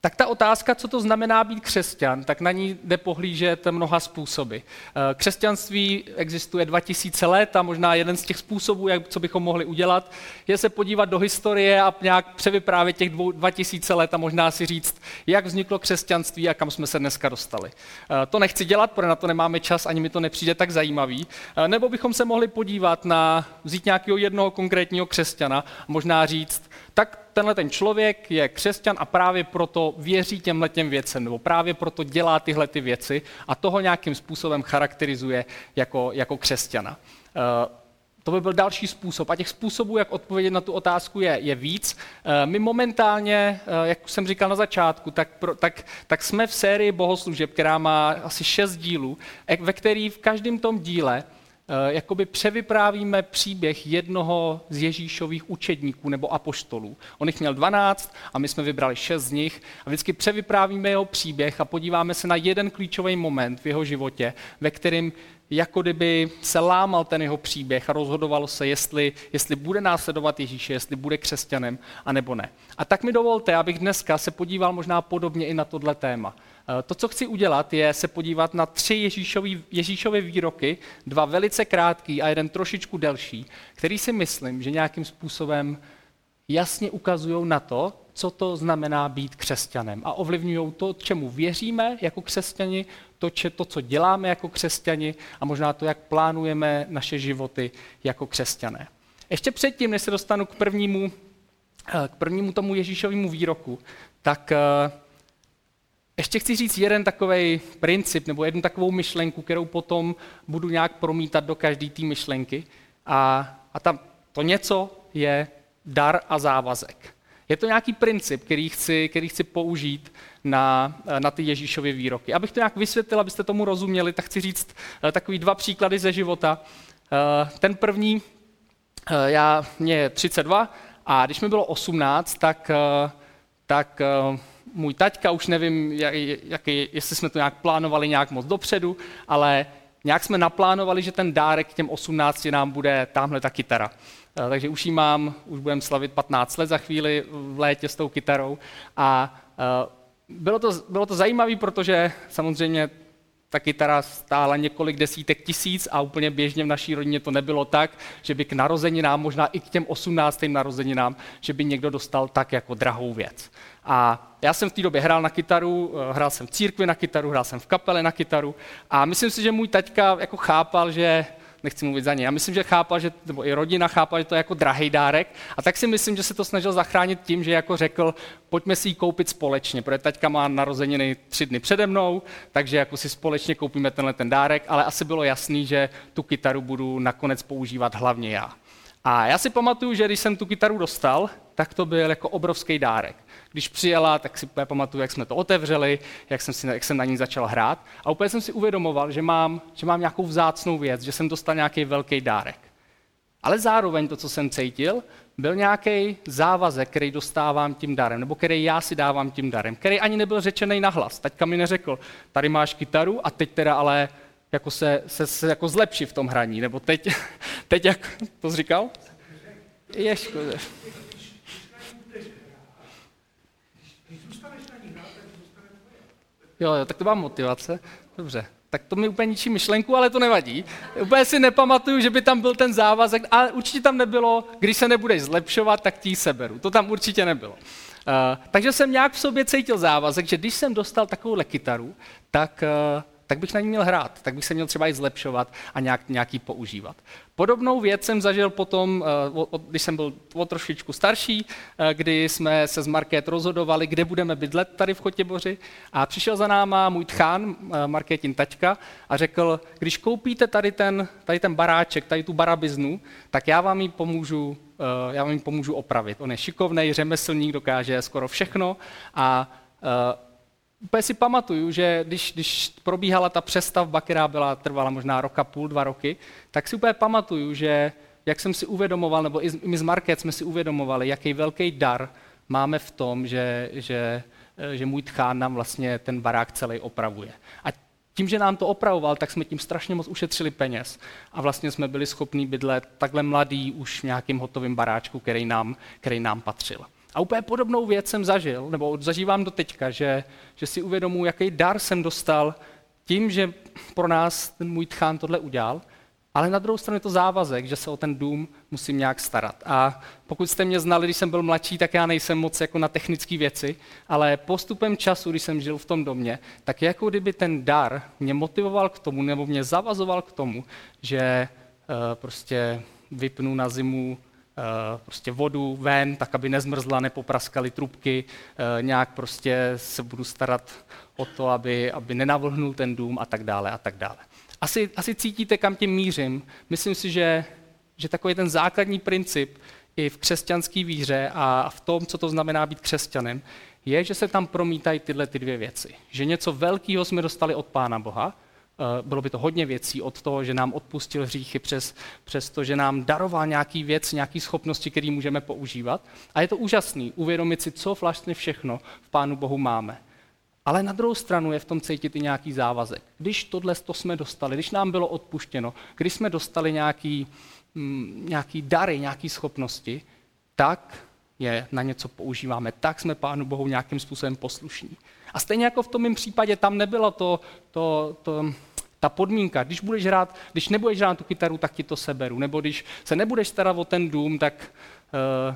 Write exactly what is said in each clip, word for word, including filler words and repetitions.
Tak ta otázka, co to znamená být křesťan, tak na ní jde pohlížet mnoha způsoby. Křesťanství existuje dva tisíce let a možná jeden z těch způsobů, jak, co bychom mohli udělat, je se podívat do historie a nějak převyprávět těch dvou, dva tisíce let a možná si říct, jak vzniklo křesťanství a kam jsme se dneska dostali. To nechci dělat, protože na to nemáme čas, ani mi to nepřijde tak zajímavý. Nebo bychom se mohli podívat na, vzít nějakého jednoho konkrétního křesťana a možná říct, tak tenhle ten člověk je křesťan a právě proto věří těmhletěm věcem, nebo právě proto dělá tyhle ty věci a toho nějakým způsobem charakterizuje jako, jako křesťana. To by byl další způsob. A těch způsobů, jak odpovědět na tu otázku, je, je víc. My momentálně, jak jsem říkal na začátku, tak, pro, tak, tak jsme v sérii bohoslužeb, která má asi šest dílů, ve který v každém tom díle jakoby převyprávíme příběh jednoho z Ježíšových učedníků nebo apoštolů. On jich měl dvanáct a my jsme vybrali šest z nich a vždycky převyprávíme jeho příběh a podíváme se na jeden klíčový moment v jeho životě, ve kterém jako kdyby se lámal ten jeho příběh a rozhodovalo se, jestli, jestli bude následovat Ježíše, jestli bude křesťanem, anebo ne. A tak mi dovolte, abych dneska se podíval možná podobně i na tohle téma. To, co chci udělat, je se podívat na tři Ježíšovy, Ježíšovy výroky, dva velice krátký a jeden trošičku delší, který si myslím, že nějakým způsobem jasně ukazují na to, co to znamená být křesťanem a ovlivňují to, čemu věříme jako křesťani, to, če, to, co děláme jako křesťani a možná to, jak plánujeme naše životy jako křesťané. Ještě předtím, než se dostanu k prvnímu, k prvnímu tomu Ježíšovému výroku, tak ještě chci říct jeden takovej princip nebo jednu takovou myšlenku, kterou potom budu nějak promítat do každé té myšlenky. A, a tam to něco je dar a závazek. Je to nějaký princip, který chci, který chci použít na, na ty Ježíšovy výroky. Abych to nějak vysvětlil, abyste tomu rozuměli, tak chci říct takový dva příklady ze života. Ten první, já, mě je třicet dva a když mi bylo osmnáct, tak, tak můj taťka, už nevím, jak, jak, jestli jsme to nějak plánovali nějak moc dopředu, ale nějak jsme naplánovali, že ten dárek k těm osmnácti nám bude tamhle ta kytara. Takže už ji mám, už budeme slavit patnáct let za chvíli v létě s tou kytarou. A bylo to, bylo to zajímavé, protože samozřejmě ta kytara stála několik desítek tisíc a úplně běžně v naší rodině to nebylo tak, že by k narozeninám, možná i k těm osmnáctým narozeninám, že by někdo dostal tak jako drahou věc. A já jsem v té době hrál na kytaru, hrál jsem v církvi na kytaru, hrál jsem v kapele na kytaru a myslím si, že můj taťka jako chápal, že nechci mluvit za ně. Já myslím, že chápal, že, nebo i rodina chápala, že to je jako drahý dárek a tak si myslím, že se to snažil zachránit tím, že jako řekl, pojďme si ji koupit společně, protože taťka má narozeniny tři dny přede mnou, takže jako si společně koupíme tenhle ten dárek, ale asi bylo jasný, že tu kytaru budu nakonec používat hlavně já. A já si pamatuju, že když jsem tu kytaru dostal, tak to byl jako obrovský dárek. Když přijela, tak si pamatuju, jak jsme to otevřeli, jak jsem, si, jak jsem na ní začal hrát. A úplně jsem si uvědomoval, že mám, že mám nějakou vzácnou věc, že jsem dostal nějaký velký dárek. Ale zároveň to, co jsem cítil, byl nějaký závazek, který dostávám tím darem, nebo který já si dávám tím darem, který ani nebyl řečený nahlas. Taťka mi neřekl, tady máš kytaru a teď teda ale jako se, se, se jako zlepši v tom hraní, nebo teď, teď jak to jsi říkal? Ježko. Jo, jo, tak to mám motivace. Dobře, tak to mi úplně ničí myšlenku, ale to nevadí. Úplně si nepamatuju, že by tam byl ten závazek, ale určitě tam nebylo, když se nebudeš zlepšovat, tak ti ji seberu. To tam určitě nebylo. Uh, takže jsem nějak v sobě cítil závazek, že když jsem dostal takovouhle kytaru, tak, uh, tak bych na ní měl hrát, tak bych se měl třeba i zlepšovat a nějak, nějaký používat. Podobnou věc jsem zažil potom, když jsem byl o trošičku starší, kdy jsme se s Market rozhodovali, kde budeme bydlet tady v Chotěboři a přišel za náma můj tchán, Marketin taťka a řekl, když koupíte tady ten, tady ten baráček, tady tu barabiznu, tak já vám ji pomůžu, já vám ji pomůžu opravit. On je šikovnej, řemeslník, dokáže skoro všechno a úplně si pamatuju, že když, když probíhala ta přestavba, která byla, trvala možná roka půl, dva roky, tak si úplně pamatuju, že jak jsem si uvědomoval, nebo i my z Market jsme si uvědomovali, jaký velký dar máme v tom, že, že, že můj tchán nám vlastně ten barák celý opravuje. A tím, že nám to opravoval, tak jsme tím strašně moc ušetřili peněz. A vlastně jsme byli schopni bydlet takhle mladý už v nějakým hotovým baráčku, který nám, který nám patřil. A úplně podobnou věc jsem zažil, nebo zažívám do teďka, že, že si uvědomuji, jaký dar jsem dostal tím, že pro nás ten můj tchán tohle udělal, ale na druhou stranu je to závazek, že se o ten dům musím nějak starat. A pokud jste mě znali, když jsem byl mladší, tak já nejsem moc jako na technické věci, ale postupem času, když jsem žil v tom domě, tak jako kdyby ten dar mě motivoval k tomu, nebo mě zavazoval k tomu, že uh, prostě vypnu na zimu Uh, prostě vodu ven, tak aby nezmrzla, nepopraskaly trubky, uh, nějak prostě se budu starat o to, aby, aby nenavlhnul ten dům a tak dále a tak dále. Asi, asi cítíte, kam tím mířím. Myslím si, že, že takový ten základní princip i v křesťanské víře a v tom, co to znamená být křesťanem, je, že se tam promítají tyhle ty dvě věci. Že něco velkého jsme dostali od Pána Boha, bylo by to hodně věcí, od toho, že nám odpustil hříchy, přes, přes to, že nám daroval nějaký věc, nějaký schopnosti, které můžeme používat. A je to úžasný, uvědomit si, co vlastně všechno v Pánu Bohu máme. Ale na druhou stranu je v tom cítit i nějaký závazek. Když tohle to jsme dostali, když nám bylo odpuštěno, když jsme dostali nějaký, mm, nějaký dary, nějaké schopnosti, tak je na něco používáme, tak jsme Pánu Bohu nějakým způsobem poslušní. A stejně jako v tom mém případě, tam nebylo to, to, to, ta podmínka, když, budeš hrát, když nebudeš hrát tu kytaru, tak ti to seberu, nebo když se nebudeš starat o ten dům, tak, uh,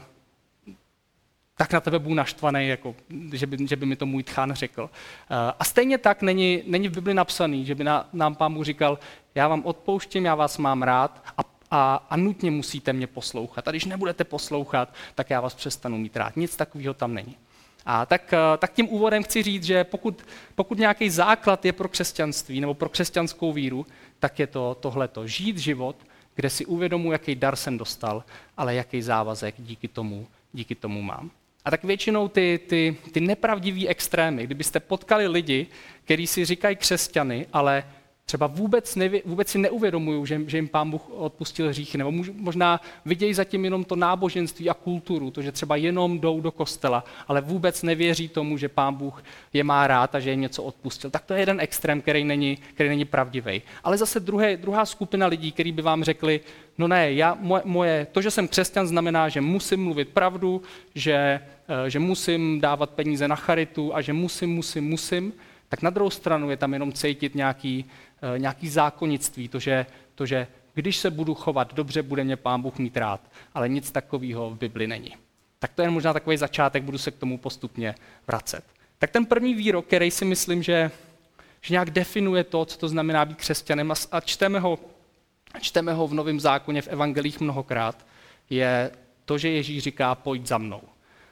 tak na tebe budu naštvaný, jako, že, by, že by mi to můj tchán řekl. Uh, a stejně tak není, není v Bibli napsaný, že by na, nám Pán Bůh říkal, já vám odpouštím, já vás mám rád a, a, a nutně musíte mě poslouchat. A když nebudete poslouchat, tak já vás přestanu mít rád. Nic takového tam není. A tak, tak tím úvodem chci říct, že pokud, pokud nějaký základ je pro křesťanství nebo pro křesťanskou víru, tak je to tohleto. Žít život, kde si uvědomuji, jaký dar jsem dostal, ale jaký závazek díky tomu, díky tomu mám. A tak většinou ty, ty, ty nepravdivý extrémy, kdybyste potkali lidi, kteří si říkají křesťany, ale třeba vůbec, nevě, vůbec si neuvědomují, že, že jim Pán Bůh odpustil hříchy, nebo možná vidějí zatím jenom to náboženství a kulturu, to, že třeba jenom jdou do kostela, ale vůbec nevěří tomu, že Pán Bůh je má rád a že jim něco odpustil. Tak to je jeden extrém, který není, který není pravdivý. Ale zase druhé, druhá skupina lidí, kteří by vám řekli, no ne, já, moje, moje, to, že jsem křesťan, znamená, že musím mluvit pravdu, že, že musím dávat peníze na charitu a že musím, musím, musím, tak na druhou stranu je tam jenom cítit nějaký, nějaký zákonnictví, to že, to, že když se budu chovat dobře, bude mě Pán Bůh mít rád, ale nic takového v Bibli není. Tak to je možná takový začátek, budu se k tomu postupně vracet. Tak ten první výrok, který si myslím, že, že nějak definuje to, co to znamená být křesťanem, a čteme ho, čteme ho v Novém zákoně, v evangelích mnohokrát, je to, že Ježíš říká, pojď za mnou.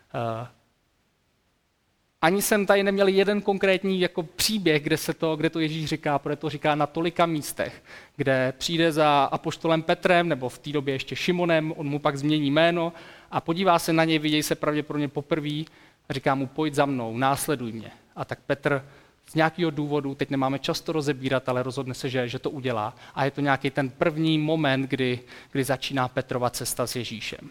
Ani jsem tady neměl jeden konkrétní jako příběh, kde, se to, kde to Ježíš říká, protože to říká na tolika místech, kde přijde za apoštolem Petrem, nebo v té době ještě Šimonem, on mu pak změní jméno a podívá se na něj, vidějí se pravděpodobně poprvé a říká mu, pojď za mnou, následuj mě. A tak Petr z nějakého důvodu, teď nemáme často rozebírat, ale rozhodne se, že, že to udělá. A je to nějaký ten první moment, kdy, kdy začíná Petrova cesta s Ježíšem.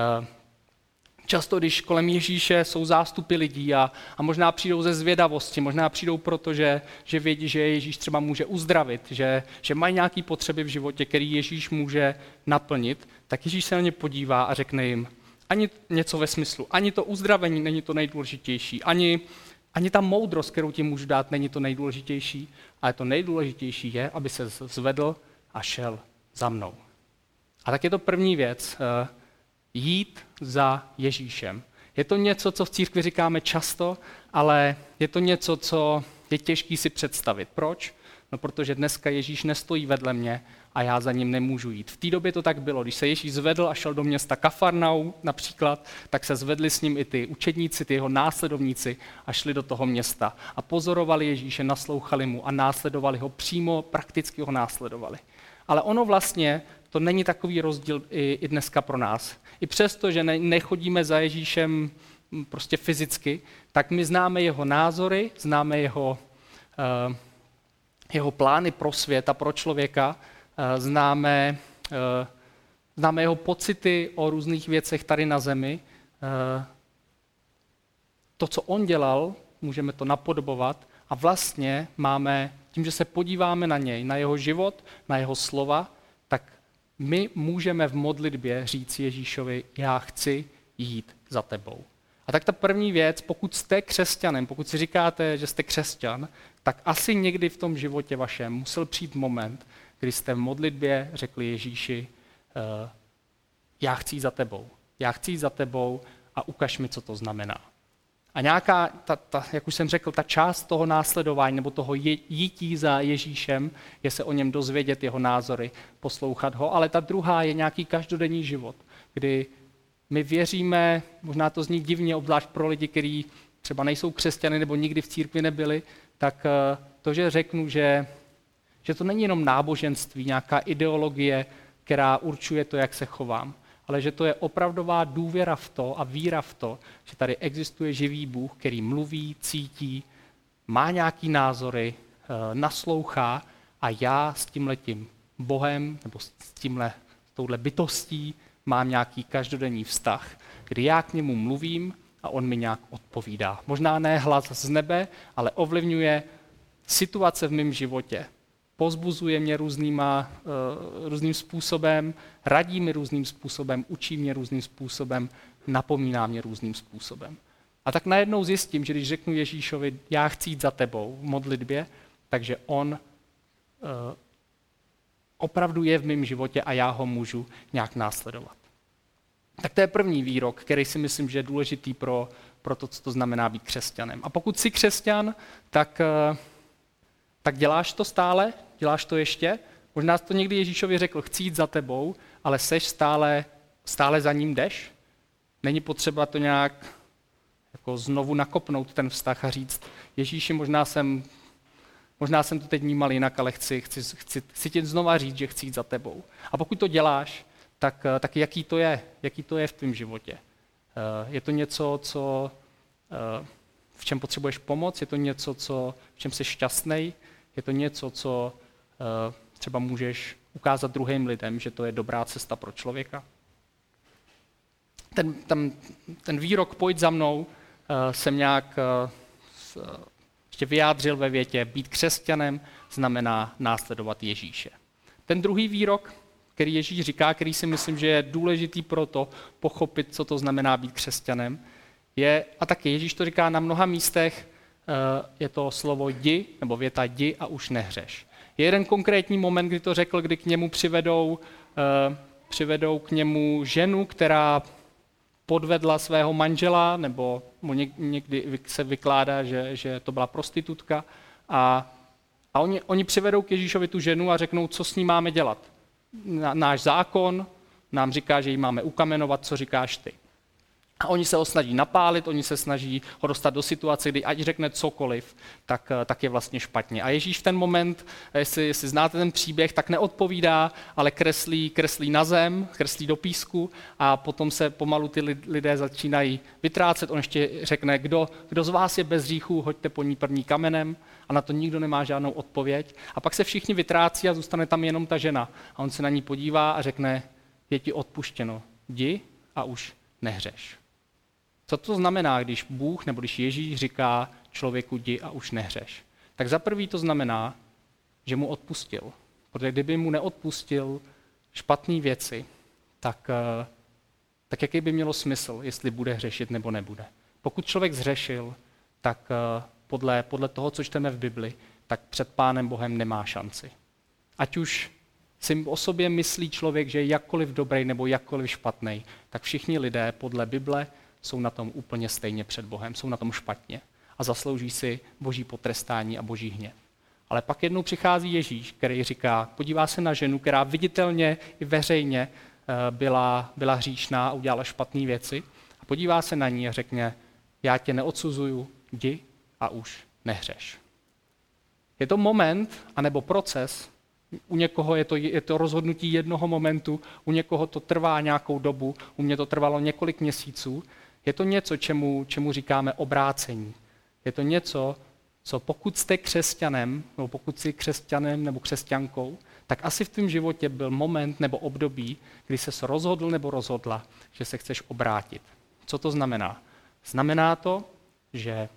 Často, když kolem Ježíše jsou zástupy lidí a, a možná přijdou ze zvědavosti, možná přijdou proto, že, že vědí, že Ježíš třeba může uzdravit, že, že mají nějaké potřeby v životě, který Ježíš může naplnit, tak Ježíš se na ně podívá a řekne jim ani něco ve smyslu, ani to uzdravení není to nejdůležitější, ani, ani ta moudrost, kterou ti můžu dát, není to nejdůležitější, ale to nejdůležitější je, aby se zvedl a šel za mnou. A tak je to první věc, jít za Ježíšem. Je to něco, co v církvi říkáme často, ale je to něco, co je těžké si představit. Proč? No protože dneska Ježíš nestojí vedle mě a já za ním nemůžu jít. V té době to tak bylo. Když se Ježíš zvedl a šel do města Kafarnaum například, tak se zvedli s ním i ty učedníci, ty jeho následovníci a šli do toho města. A pozorovali Ježíše, naslouchali mu a následovali ho přímo, prakticky ho následovali. Ale ono vlastně, to není takový rozdíl i, i dneska pro nás. I přesto, že ne, nechodíme za Ježíšem prostě fyzicky, tak my známe jeho názory, známe jeho, uh, jeho plány pro svět a pro člověka, uh, známe, uh, známe jeho pocity o různých věcech tady na zemi. Uh, to, co on dělal, můžeme to napodobovat a vlastně máme, tím, že se podíváme na něj, na jeho život, na jeho slova, tak my můžeme v modlitbě říct Ježíšovi, já chci jít za tebou. A tak ta první věc, pokud jste křesťanem, pokud si říkáte, že jste křesťan, tak asi někdy v tom životě vašem musel přijít moment, kdy jste v modlitbě řekli Ježíši, uh, já chci jít za tebou, já chci jít za tebou a ukaž mi, co to znamená. A nějaká, ta, ta, jak už jsem řekl, ta část toho následování nebo toho jítí za Ježíšem je se o něm dozvědět, jeho názory, poslouchat ho, ale ta druhá je nějaký každodenní život, kdy my věříme, možná to zní divně, obzvlášť pro lidi, kteří třeba nejsou křesťany nebo nikdy v církvi nebyli, tak to, že řeknu, že, že to není jenom náboženství, nějaká ideologie, která určuje to, jak se chovám, ale že to je opravdová důvěra v to a víra v to, že tady existuje živý Bůh, který mluví, cítí, má nějaký názory, naslouchá a já s tímhletím Bohem nebo s tímhle, s touhle bytostí mám nějaký každodenní vztah, kdy já k němu mluvím a on mi nějak odpovídá. Možná ne hlas z nebe, ale ovlivňuje situace v mém životě. Pozbuzuje mě různýma, uh, různým způsobem, radí mi různým způsobem, učí mě různým způsobem, napomíná mě různým způsobem. A tak najednou zjistím, že když řeknu Ježíšovi, já chci jít za tebou v modlitbě, takže on uh, opravdu je v mém životě a já ho můžu nějak následovat. Tak to je první výrok, který si myslím, že je důležitý pro, pro to, co to znamená být křesťanem. A pokud jsi křesťan, tak, tak děláš to stále, děláš to ještě. Možná to někdy Ježíšovi řekl, chci jít za tebou, ale seš stále, stále za ním jdeš. Není potřeba to nějak jako znovu nakopnout ten vztah a říct, Ježíši, možná jsem, možná jsem to teď vnímal jinak, ale chci, chci, chci, chci ti znova říct, že chci jít za tebou. A pokud to děláš, tak, tak jaký to je? Jaký to je v tvém životě? Je to něco, co, v čem potřebuješ pomoc? Je to něco, co, v čem jsi šťastný? Je to něco, co třeba můžeš ukázat druhým lidem, že to je dobrá cesta pro člověka? Ten, ten, ten výrok pojď za mnou jsem nějak ještě vyjádřil ve větě, být křesťanem znamená následovat Ježíše. Ten druhý výrok, který Ježíš říká, který si myslím, že je důležitý pro to pochopit, co to znamená být křesťanem, je, a taky Ježíš to říká na mnoha místech, je to slovo jdi, nebo věta jdi a už nehřeš. Je jeden konkrétní moment, kdy to řekl, kdy k němu přivedou, přivedou k němu ženu, která podvedla svého manžela, nebo mu někdy se vykládá, že, že to byla prostitutka. A, a oni, oni přivedou k Ježíšovi tu ženu a řeknou, co s ní máme dělat. Náš zákon nám říká, že ji máme ukamenovat, co říkáš ty. A oni se ho snaží napálit, oni se snaží ho dostat do situace, kdy ať řekne cokoliv, tak, tak je vlastně špatně. A Ježíš v ten moment, jestli, jestli znáte ten příběh, tak neodpovídá, ale kreslí, kreslí na zem, kreslí do písku a potom se pomalu ty lidé začínají vytrácet. On ještě řekne, kdo, kdo z vás je bez hříchu, hoďte po ní první kamenem, a na to nikdo nemá žádnou odpověď. A pak se všichni vytrácí a zůstane tam jenom ta žena. A on se na ní podívá a řekne, je ti odpuštěno, jdi a už nehřeš. Co to znamená, když Bůh nebo když Ježíš říká člověku jdi a už nehřeš? Tak za prvý to znamená, že mu odpustil. Protože kdyby mu neodpustil špatné věci, tak, tak jaký by mělo smysl, jestli bude hřešit nebo nebude. Pokud člověk zhřešil, tak podle, podle toho, co čteme v Bibli, tak před Pánem Bohem nemá šanci. Ať už si o sobě myslí člověk, že je jakkoliv dobrý nebo jakkoliv špatný, tak všichni lidé podle Bible jsou na tom úplně stejně před Bohem, jsou na tom špatně a zaslouží si boží potrestání a boží hněv. Ale pak jednou přichází Ježíš, který říká, podívá se na ženu, která viditelně i veřejně byla, byla hříšná a udělala špatné věci a podívá se na ní a řekne, já tě neodsuzuju, jdi a už nehřeš. Je to moment, anebo proces, u někoho je to, je to rozhodnutí jednoho momentu, u někoho to trvá nějakou dobu, u mě to trvalo několik měsíců. Je to něco, čemu, čemu říkáme obrácení. Je to něco, co pokud jste křesťanem, nebo pokud jsi křesťanem nebo křesťankou, tak asi v tvém životě byl moment nebo období, kdy ses rozhodl nebo rozhodla, že se chceš obrátit. Co to znamená? Znamená to, že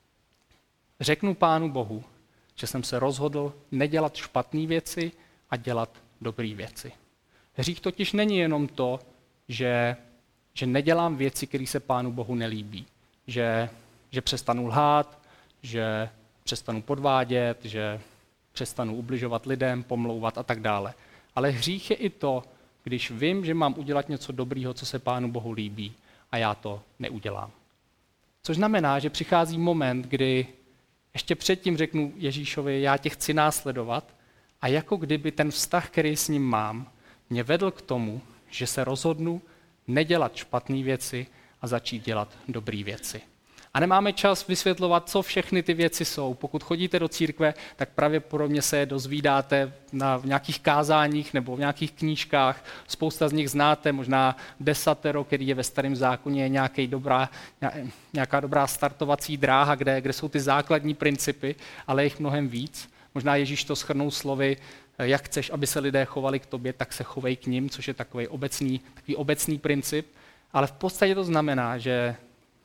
řeknu Pánu Bohu, že jsem se rozhodl nedělat špatné věci a dělat dobré věci. Hřích totiž není jenom to, že, že nedělám věci, které se Pánu Bohu nelíbí. že, že přestanu lhát, že přestanu podvádět, že přestanu ubližovat lidem, pomlouvat a tak dále. Ale hřích je i to, když vím, že mám udělat něco dobrýho, co se Pánu Bohu líbí, a já to neudělám. Což znamená, že přichází moment, kdy ještě předtím řeknu Ježíšovi, já tě chci následovat, a jako kdyby ten vztah, který s ním mám, mě vedl k tomu, že se rozhodnu nedělat špatné věci a začít dělat dobré věci. A nemáme čas vysvětlovat, co všechny ty věci jsou. Pokud chodíte do církve, tak pravděpodobně se je dozvídáte na, v nějakých kázáních nebo v nějakých knížkách. Spousta z nich znáte, možná desatero, který je ve Starém zákoně, je nějaký dobrá, nějaká dobrá startovací dráha, kde, kde jsou ty základní principy, ale je jich mnohem víc. Možná Ježíš to shrnul slovy, jak chceš, aby se lidé chovali k tobě, tak se chovej k nim, což je takový obecný, takový obecný princip. Ale v podstatě to znamená, že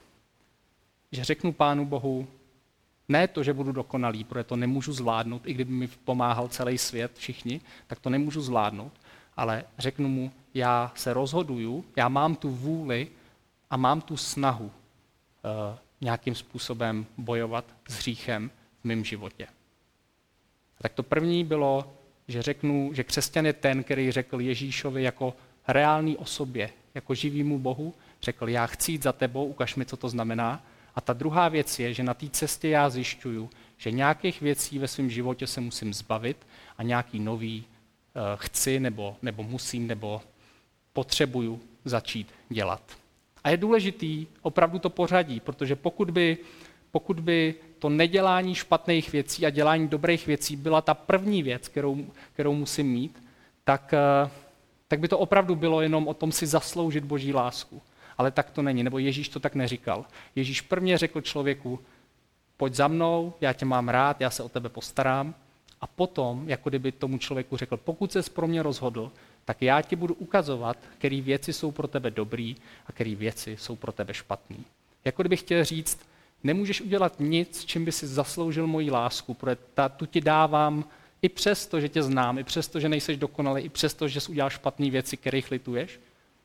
že řeknu Pánu Bohu, ne to, že budu dokonalý, protože to nemůžu zvládnout, i kdyby mi pomáhal celý svět, všichni, tak to nemůžu zvládnout, ale řeknu mu, já se rozhoduju, já mám tu vůli a mám tu snahu uh, nějakým způsobem bojovat s hříchem v mém životě. Tak to první bylo, že řeknu, že křesťan je ten, který řekl Ježíšovi jako reálný osobě, jako živýmu Bohu, řekl, já chci jít za tebou, ukaž mi, co to znamená. A ta druhá věc je, že na té cestě já zjišťuju, že nějakých věcí ve svém životě se musím zbavit a nějaký nový uh, chci nebo, nebo musím nebo potřebuju začít dělat. A je důležitý opravdu to pořadí, protože pokud by, pokud by to nedělání špatných věcí a dělání dobrých věcí byla ta první věc, kterou, kterou musím mít, tak, uh, tak by to opravdu bylo jenom o tom si zasloužit Boží lásku. Ale tak to není, nebo Ježíš to tak neříkal. Ježíš prvně řekl člověku, pojď za mnou, já tě mám rád, já se o tebe postarám. A potom, jako kdyby tomu člověku řekl, pokud ses pro mě rozhodl, tak já ti budu ukazovat, které věci jsou pro tebe dobrý a které věci jsou pro tebe špatný. Jako kdybych chtěl říct, nemůžeš udělat nic, čím by si zasloužil moji lásku, protože ta, tu ti dávám i přesto, že tě znám, i přesto, že nejseš dokonalý, i přesto, že jsi udělal špatné věci, kterých lituješ.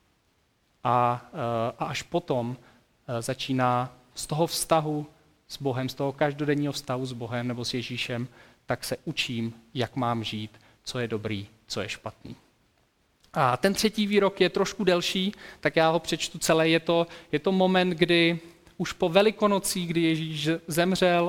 A, a až potom začíná z toho vztahu s Bohem, z toho každodenního vztahu s Bohem nebo s Ježíšem, tak se učím, jak mám žít, co je dobrý, co je špatný. A ten třetí výrok je trošku delší, tak já ho přečtu celé. Je to, je to moment, kdy už po Velikonocích, kdy Ježíš zemřel,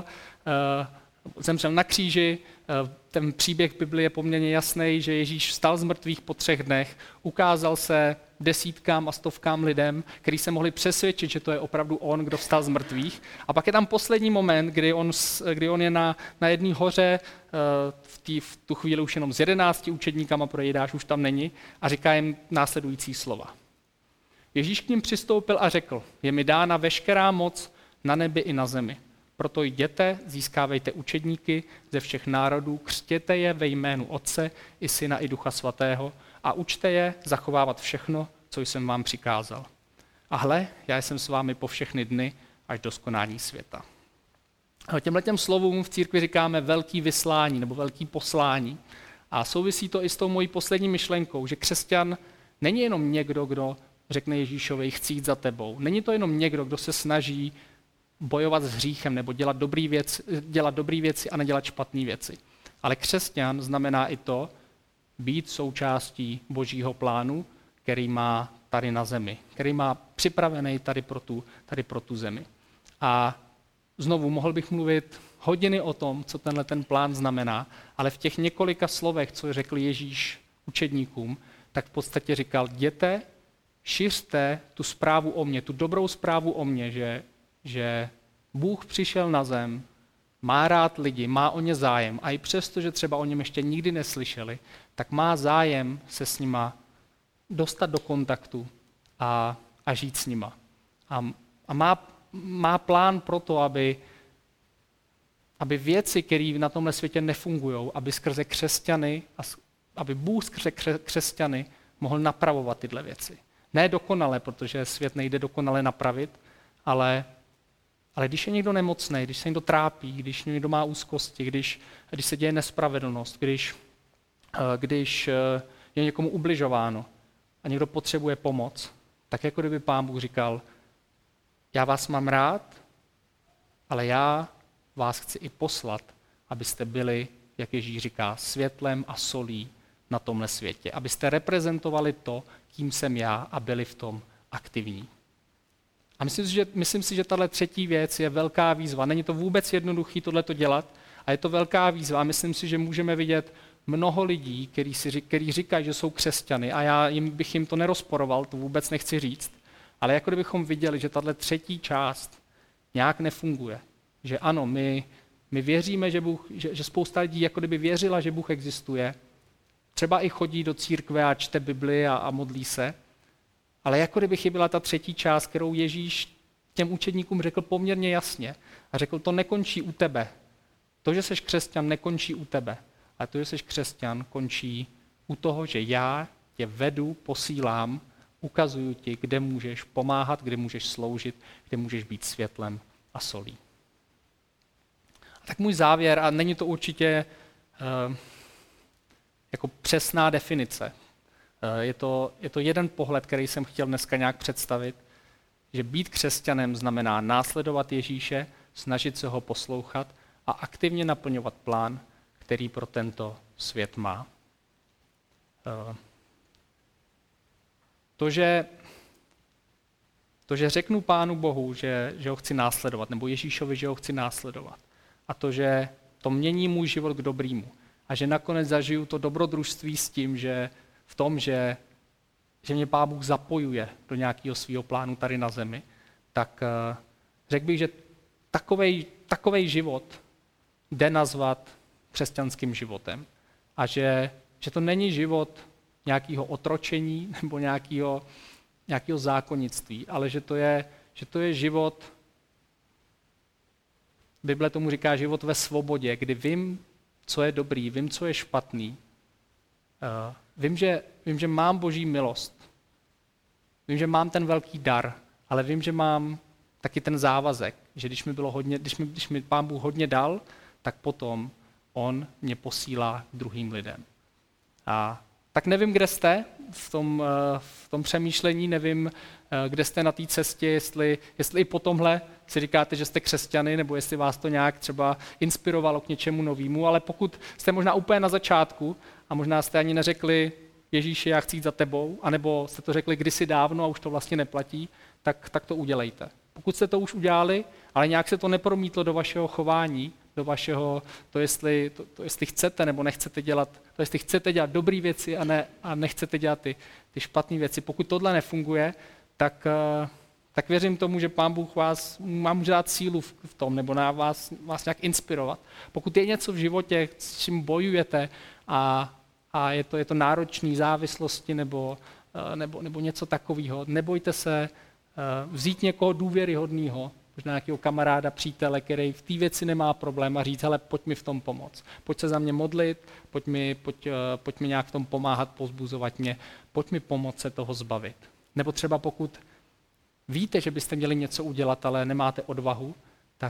zemřel na kříži. Ten příběh v Biblii je poměrně jasný, že Ježíš vstal z mrtvých po třech dnech, ukázal se desítkám a stovkám lidem, kteří se mohli přesvědčit, že to je opravdu on, kdo vstal z mrtvých. A pak je tam poslední moment, kdy on, kdy on je na, na jedné hoře, v, tý, v tu chvíli už jenom s jedenácti učedníkama, pro Jidáš už tam není, a říká jim následující slova. Ježíš k ním přistoupil a řekl, je mi dána veškerá moc na nebi i na zemi. Proto jděte, získávejte učedníky ze všech národů, křtěte je ve jménu Otce i Syna i Ducha Svatého a učte je zachovávat všechno, co jsem vám přikázal. A hle, já jsem s vámi po všechny dny až do skonání světa. Těmhletěm slovům v církvi říkáme velký vyslání nebo velký poslání. A souvisí to i s tou mojí poslední myšlenkou, že křesťan není jenom někdo, kdo řekne Ježíšovi, chci jít za tebou. Není to jenom někdo, kdo se snaží bojovat s hříchem nebo dělat dobrý věci, dělat dobrý věci a nedělat špatné věci. Ale křesťan znamená i to, být součástí Božího plánu, který má tady na zemi, který má připravený tady pro tu, tady pro tu zemi. A znovu mohl bych mluvit hodiny o tom, co tenhle ten plán znamená, ale v těch několika slovech, co řekl Ježíš učedníkům, tak v podstatě říkal, jděte, šiřte tu zprávu o mně, tu dobrou zprávu o mně, že, že Bůh přišel na zem, má rád lidi, má o ně zájem a i přesto, že třeba o něm ještě nikdy neslyšeli, tak má zájem se s nima dostat do kontaktu a, a žít s nima. A, a má, má plán pro to, aby, aby věci, které na tomhle světě nefungují, aby skrze křesťany, aby Bůh skrze křesťany mohl napravovat tyhle věci. Ne dokonale, protože svět nejde dokonale napravit, ale, ale když je někdo nemocný, když se někdo trápí, když někdo má úzkosti, když, když se děje nespravedlnost, když, když je někomu ubližováno a někdo potřebuje pomoc, tak jako kdyby Pán Bůh říkal, já vás mám rád, ale já vás chci i poslat, abyste byli, jak Ježíš říká, světlem a solí na tomhle světě. Abyste reprezentovali to, kým jsem já a byli v tom aktivní. A myslím si, že, myslím si, že tahle třetí věc je velká výzva. Není to vůbec jednoduché tohleto dělat a je to velká výzva. A myslím si, že můžeme vidět mnoho lidí, který, si, který říkají, že jsou křesťany a já jim, bych jim to nerozporoval, to vůbec nechci říct, ale jako kdybychom viděli, že tahle třetí část nějak nefunguje. Že ano, my, my věříme, že, Bůh, že, že spousta lidí jako kdyby věřila, že Bůh existuje, třeba i chodí do církve a čte Bibli a, a modlí se, ale jako kdyby chyběla ta třetí část, kterou Ježíš těm učedníkům řekl poměrně jasně. A řekl, to nekončí u tebe. To, že jsi křesťan, nekončí u tebe. Ale to, že jsi křesťan, končí u toho, že já tě vedu, posílám, ukazuju ti, kde můžeš pomáhat, kde můžeš sloužit, kde můžeš být světlem a solí. A tak můj závěr, a není to určitě uh, jako přesná definice, Je to, je to jeden pohled, který jsem chtěl dneska nějak představit, že být křesťanem znamená následovat Ježíše, snažit se ho poslouchat a aktivně naplňovat plán, který pro tento svět má. To, že, to, že řeknu Pánu Bohu, že, že ho chci následovat, nebo Ježíšovi, že ho chci následovat, a to, že to mění můj život k dobrýmu a že nakonec zažiju to dobrodružství s tím, že v tom, že, že mě Pán Bůh zapojuje do nějakého svého plánu tady na zemi, tak uh, řekl bych, že takovej, takovej život jde nazvat křesťanským životem. A že, že to není život nějakého otročení nebo nějakého, nějakého zákonnictví, ale že to, je, že to je život, Bible tomu říká život ve svobodě, kdy vím, co je dobrý, vím, co je špatný. Uh, vím, že, vím, že mám Boží milost. Vím, že mám ten velký dar, ale vím, že mám taky ten závazek, že když mi, bylo hodně, když mi, když mi Pán Bůh hodně dal, tak potom on mě posílá k druhým lidem. A tak nevím, kde jste v tom, v tom přemýšlení, nevím, kde jste na té cestě, jestli, jestli i po tomhle si říkáte, že jste křesťany, nebo jestli vás to nějak třeba inspirovalo k něčemu novému, ale pokud jste možná úplně na začátku a možná jste ani neřekli Ježíši, já chci jít za tebou, anebo jste to řekli kdysi dávno a už to vlastně neplatí, tak, tak to udělejte. Pokud jste to už udělali, ale nějak se to nepromítlo do vašeho chování, do vašeho, to jestli, to, to jestli chcete nebo nechcete dělat, to jestli chcete dělat dobré věci a, ne, a nechcete dělat ty, ty špatné věci. Pokud tohle nefunguje, tak, tak věřím tomu, že Pán Bůh vás má může dát sílu v, v tom, nebo na vás, vás nějak inspirovat. Pokud je něco v životě, s čím bojujete a, a je to, je to náročný závislosti nebo, nebo, nebo něco takového, nebojte se vzít někoho důvěryhodného, možná nějakého kamaráda, přítele, který v té věci nemá problém a říct, hele, pojď mi v tom pomoct. Pojď se za mě modlit, pojď mi, pojď, pojď mi nějak v tom pomáhat, povzbuzovat mě, pojď mi pomoct se toho zbavit. Nebo třeba pokud víte, že byste měli něco udělat, ale nemáte odvahu, tak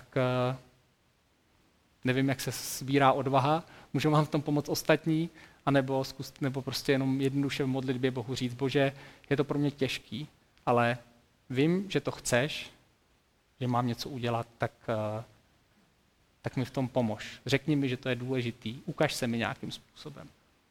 nevím, jak se sbírá odvaha, můžou vám v tom pomoct ostatní, anebo, zkus, nebo prostě jenom jednoduše v modlitbě Bohu říct, Bože, je to pro mě těžký, ale vím, že to chceš, že mám něco udělat, tak, tak mi v tom pomož. Řekni mi, že to je důležitý, ukaž se mi nějakým způsobem.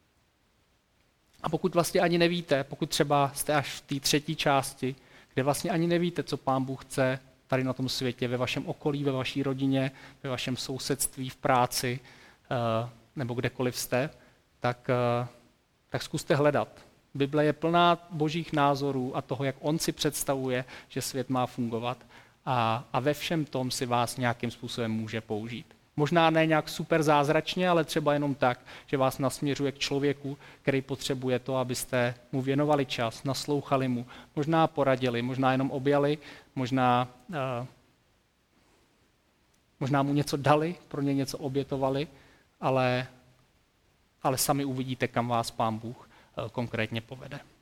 A pokud vlastně ani nevíte, pokud třeba jste až v té třetí části, kde vlastně ani nevíte, co Pán Bůh chce tady na tom světě, ve vašem okolí, ve vaší rodině, ve vašem sousedství, v práci, nebo kdekoliv jste, tak, tak zkuste hledat. Bible je plná božích názorů a toho, jak on si představuje, že svět má fungovat. A, a ve všem tom si vás nějakým způsobem může použít. Možná ne nějak super zázračně, ale třeba jenom tak, že vás nasměřuje k člověku, který potřebuje to, abyste mu věnovali čas, naslouchali mu, možná poradili, možná jenom objali, možná, uh, možná mu něco dali, pro ně něco obětovali, ale, ale sami uvidíte, kam vás Pán Bůh uh, konkrétně povede.